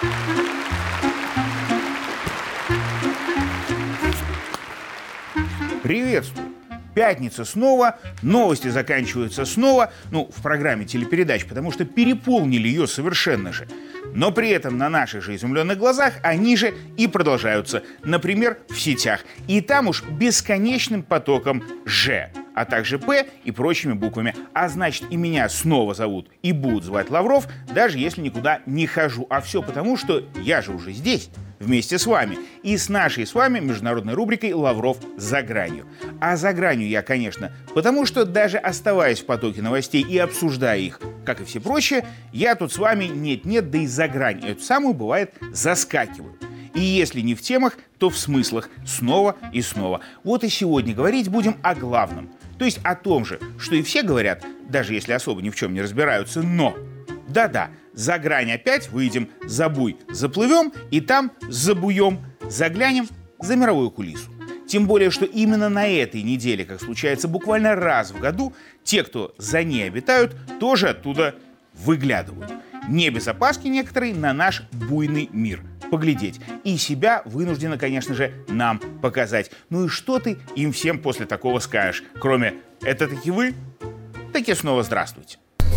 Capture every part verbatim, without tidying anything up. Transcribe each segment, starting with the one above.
Приветствую! Пятница снова, новости заканчиваются снова, ну, в программе телепередач, потому что переполнили ее совершенно же. Но при этом на наших же изумленных глазах они же и продолжаются, например, в сетях. И там уж бесконечным потоком «Ж», а также «П» и прочими буквами. А значит, и меня снова зовут и будут звать Лавров, даже если никуда не хожу. А все потому, что я же уже здесь, вместе с вами. И с нашей с вами международной рубрикой «Лавров за гранью». А за гранью я, конечно, потому что даже оставаясь в потоке новостей и обсуждая их, как и все прочие, я тут с вами нет-нет, да и за грань эту самую, бывает, заскакиваю. И если не в темах, то в смыслах снова и снова. Вот и сегодня говорить будем о главном. То есть о том же, что и все говорят, даже если особо ни в чем не разбираются, но... Да-да, за грань опять выйдем, за буй заплывем, и там забуем, заглянем за мировую кулису. Тем более, что именно на этой неделе, как случается буквально раз в году, те, кто за ней обитают, тоже оттуда выглядывают. Не без опаски некоторые на наш буйный мир поглядеть. И себя вынуждены, конечно же, нам показать. Ну и что ты им всем после такого скажешь? Кроме «это таки вы?» Таки снова здравствуйте.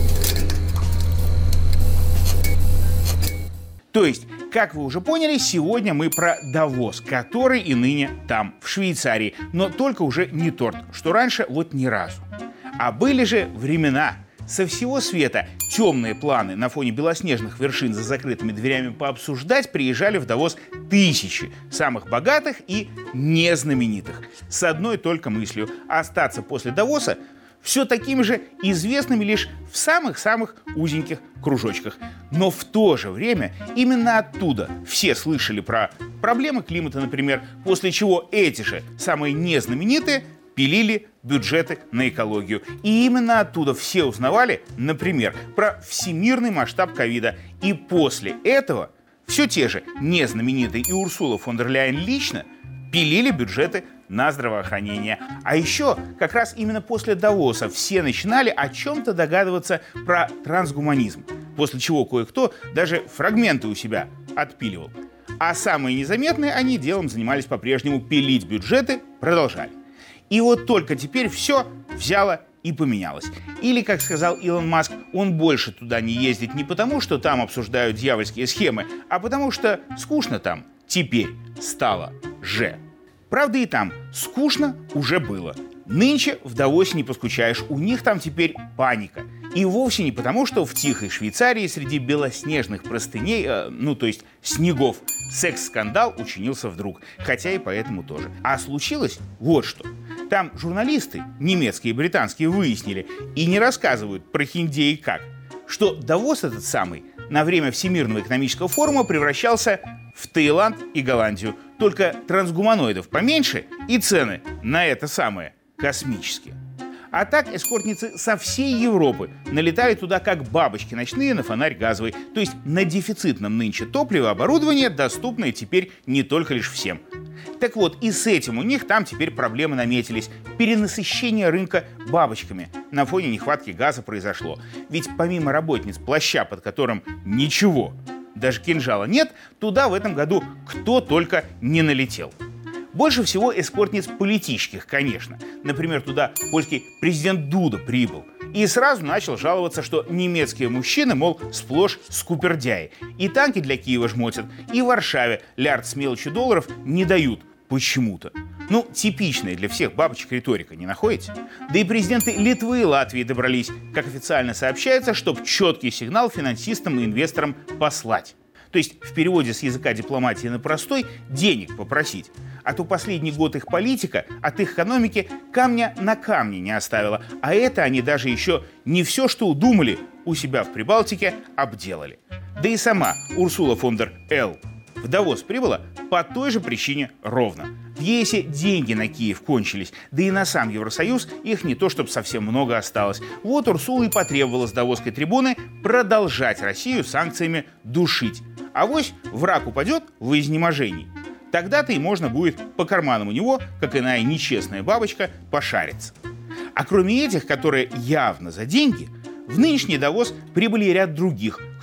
То есть, как вы уже поняли, сегодня мы про Давос, который и ныне там, в Швейцарии. Но только уже не торт, что раньше вот ни разу. А были же времена. Со всего света темные планы на фоне белоснежных вершин за закрытыми дверями пообсуждать приезжали в Давос тысячи самых богатых и незнаменитых. С одной только мыслью – остаться после Давоса все такими же известными лишь в самых-самых узеньких кружочках. Но в то же время именно оттуда все слышали про проблемы климата, например, после чего эти же самые незнаменитые пилили бюджеты на экологию. И именно оттуда все узнавали, например, про всемирный масштаб ковида. И после этого все те же незнаменитые и Урсула фон дер Ляйен лично пилили бюджеты на здравоохранение. А еще как раз именно после Давоса все начинали о чем-то догадываться про трансгуманизм, после чего кое-кто даже фрагменты у себя отпиливал. А самые незаметные они делом занимались по-прежнему, пилить бюджеты продолжали. И вот только теперь все взяло и поменялось. Или, как сказал Илон Маск, он больше туда не ездит не потому, что там обсуждают дьявольские схемы, а потому что скучно там теперь стало же. Правда, и там скучно уже было. Нынче в Давосе не поскучаешь, у них там теперь паника. И вовсе не потому, что в тихой Швейцарии среди белоснежных простыней, э, ну то есть снегов, секс-скандал учинился вдруг. Хотя и поэтому тоже. А случилось вот что. Там журналисты, немецкие и британские, выяснили и не рассказывают про хиндеи как, что Давос этот самый на время Всемирного экономического форума превращался в Таиланд и Голландию. Только трансгуманоидов поменьше и цены на это самое космические. А так эскортницы со всей Европы налетали туда как бабочки ночные на фонарь газовый. То есть на дефицитном нынче топливе оборудование, доступное теперь не только лишь всем. Так вот, и с этим у них там теперь проблемы наметились. Перенасыщение рынка бабочками на фоне нехватки газа произошло. Ведь помимо работниц плаща, под которым ничего, даже кинжала нет, туда в этом году кто только не налетел. Больше всего эскортниц политических, конечно. Например, туда польский президент Дуда прибыл. И сразу начал жаловаться, что немецкие мужчины, мол, сплошь скупердяи. И танки для Киева жмотят, и в Варшаве лярд с мелочью долларов не дают почему-то. Ну, типичная для всех бабочек риторика, не находите? Да и президенты Литвы и Латвии добрались, как официально сообщается, чтобы четкий сигнал финансистам и инвесторам послать. То есть в переводе с языка дипломатии на простой – денег попросить. А то последний год их политика от их экономики камня на камне не оставила. А это они даже еще не все, что удумали, у себя в Прибалтике обделали. Да и сама Урсула фон дер Эл в Давос прибыла по той же причине ровно. В ЕСе деньги на Киев кончились, да и на сам Евросоюз их не то чтобы совсем много осталось. Вот Урсула и потребовала с давосской трибуны продолжать Россию санкциями душить. Авось враг упадет в изнеможении. Тогда-то и можно будет по карманам у него, как иная нечестная бабочка, пошариться. А кроме этих, которые явно за деньги, в нынешний Давос прибыли ряд других,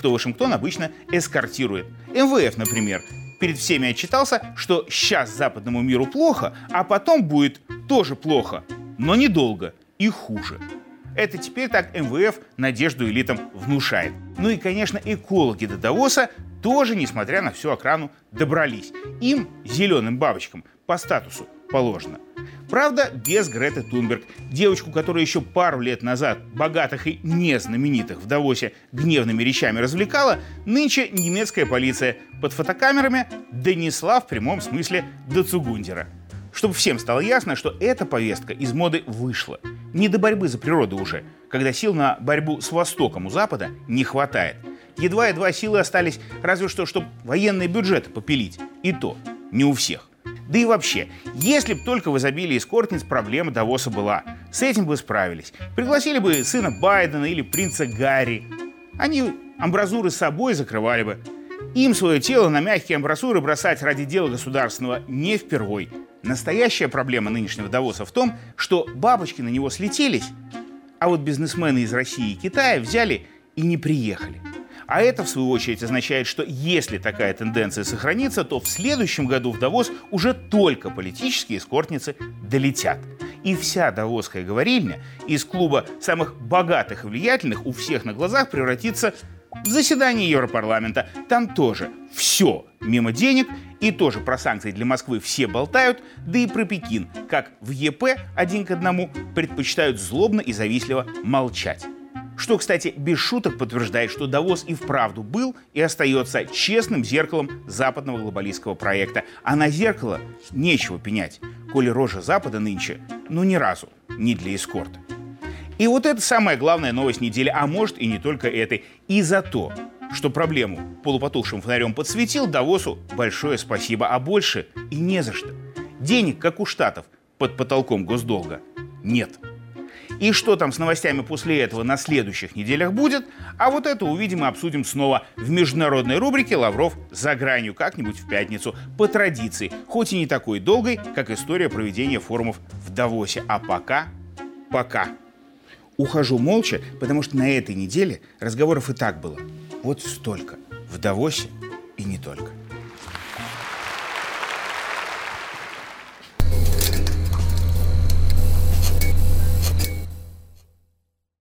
кто Вашингтон обычно эскортирует. эм вэ эф, например, перед всеми отчитался, что сейчас западному миру плохо, а потом будет тоже плохо, но недолго и хуже. Это теперь так эм вэ эф надежду элитам внушает. Ну и, конечно, экологи до Давоса тоже, несмотря на всю охрану, добрались. Им, зеленым бабочкам, по статусу положено. Правда, без Греты Тунберг, девочку, которая еще пару лет назад богатых и незнаменитых в Давосе гневными речами развлекала, нынче немецкая полиция под фотокамерами донесла в прямом смысле до Цугундера. Чтобы всем стало ясно, что эта повестка из моды вышла. Не до борьбы за природу уже, когда сил на борьбу с Востоком у Запада не хватает. Едва-едва силы остались разве что, чтобы военные бюджеты попилить. И то не у всех. Да и вообще, если б только в изобилии эскортниц проблема Давоса была, с этим бы справились. Пригласили бы сына Байдена или принца Гарри. Они амбразуры с собой закрывали бы. Им свое тело на мягкие амбразуры бросать ради дела государственного не впервой. Настоящая проблема нынешнего Давоса в том, что бабочки на него слетелись, а вот бизнесмены из России и Китая взяли и не приехали. А это, в свою очередь, означает, что если такая тенденция сохранится, то в следующем году в Давос уже только политические эскортницы долетят. И вся давосская говорильня из клуба самых богатых и влиятельных у всех на глазах превратится в заседание Европарламента. Там тоже все мимо денег, и тоже про санкции для Москвы все болтают, да и про Пекин, как в е пэ один к одному, предпочитают злобно и завистливо молчать. Что, кстати, без шуток подтверждает, что Давос и вправду был и остается честным зеркалом западного глобалистского проекта. А на зеркало нечего пенять, коли рожа Запада нынче, ну ни разу не для эскорта. И вот это самая главная новость недели, а может и не только этой. И за то, что проблему полупотухшим фонарем подсветил, Давосу большое спасибо, а больше и не за что. Денег, как у Штатов, под потолком госдолга нет. И что там с новостями после этого на следующих неделях будет, а вот это увидим и обсудим снова в международной рубрике «Лавров за гранью» как-нибудь в пятницу, по традиции, хоть и не такой долгой, как история проведения форумов в Давосе. А пока, пока. Ухожу молча, потому что на этой неделе разговоров и так было вот столько. В Давосе и не только.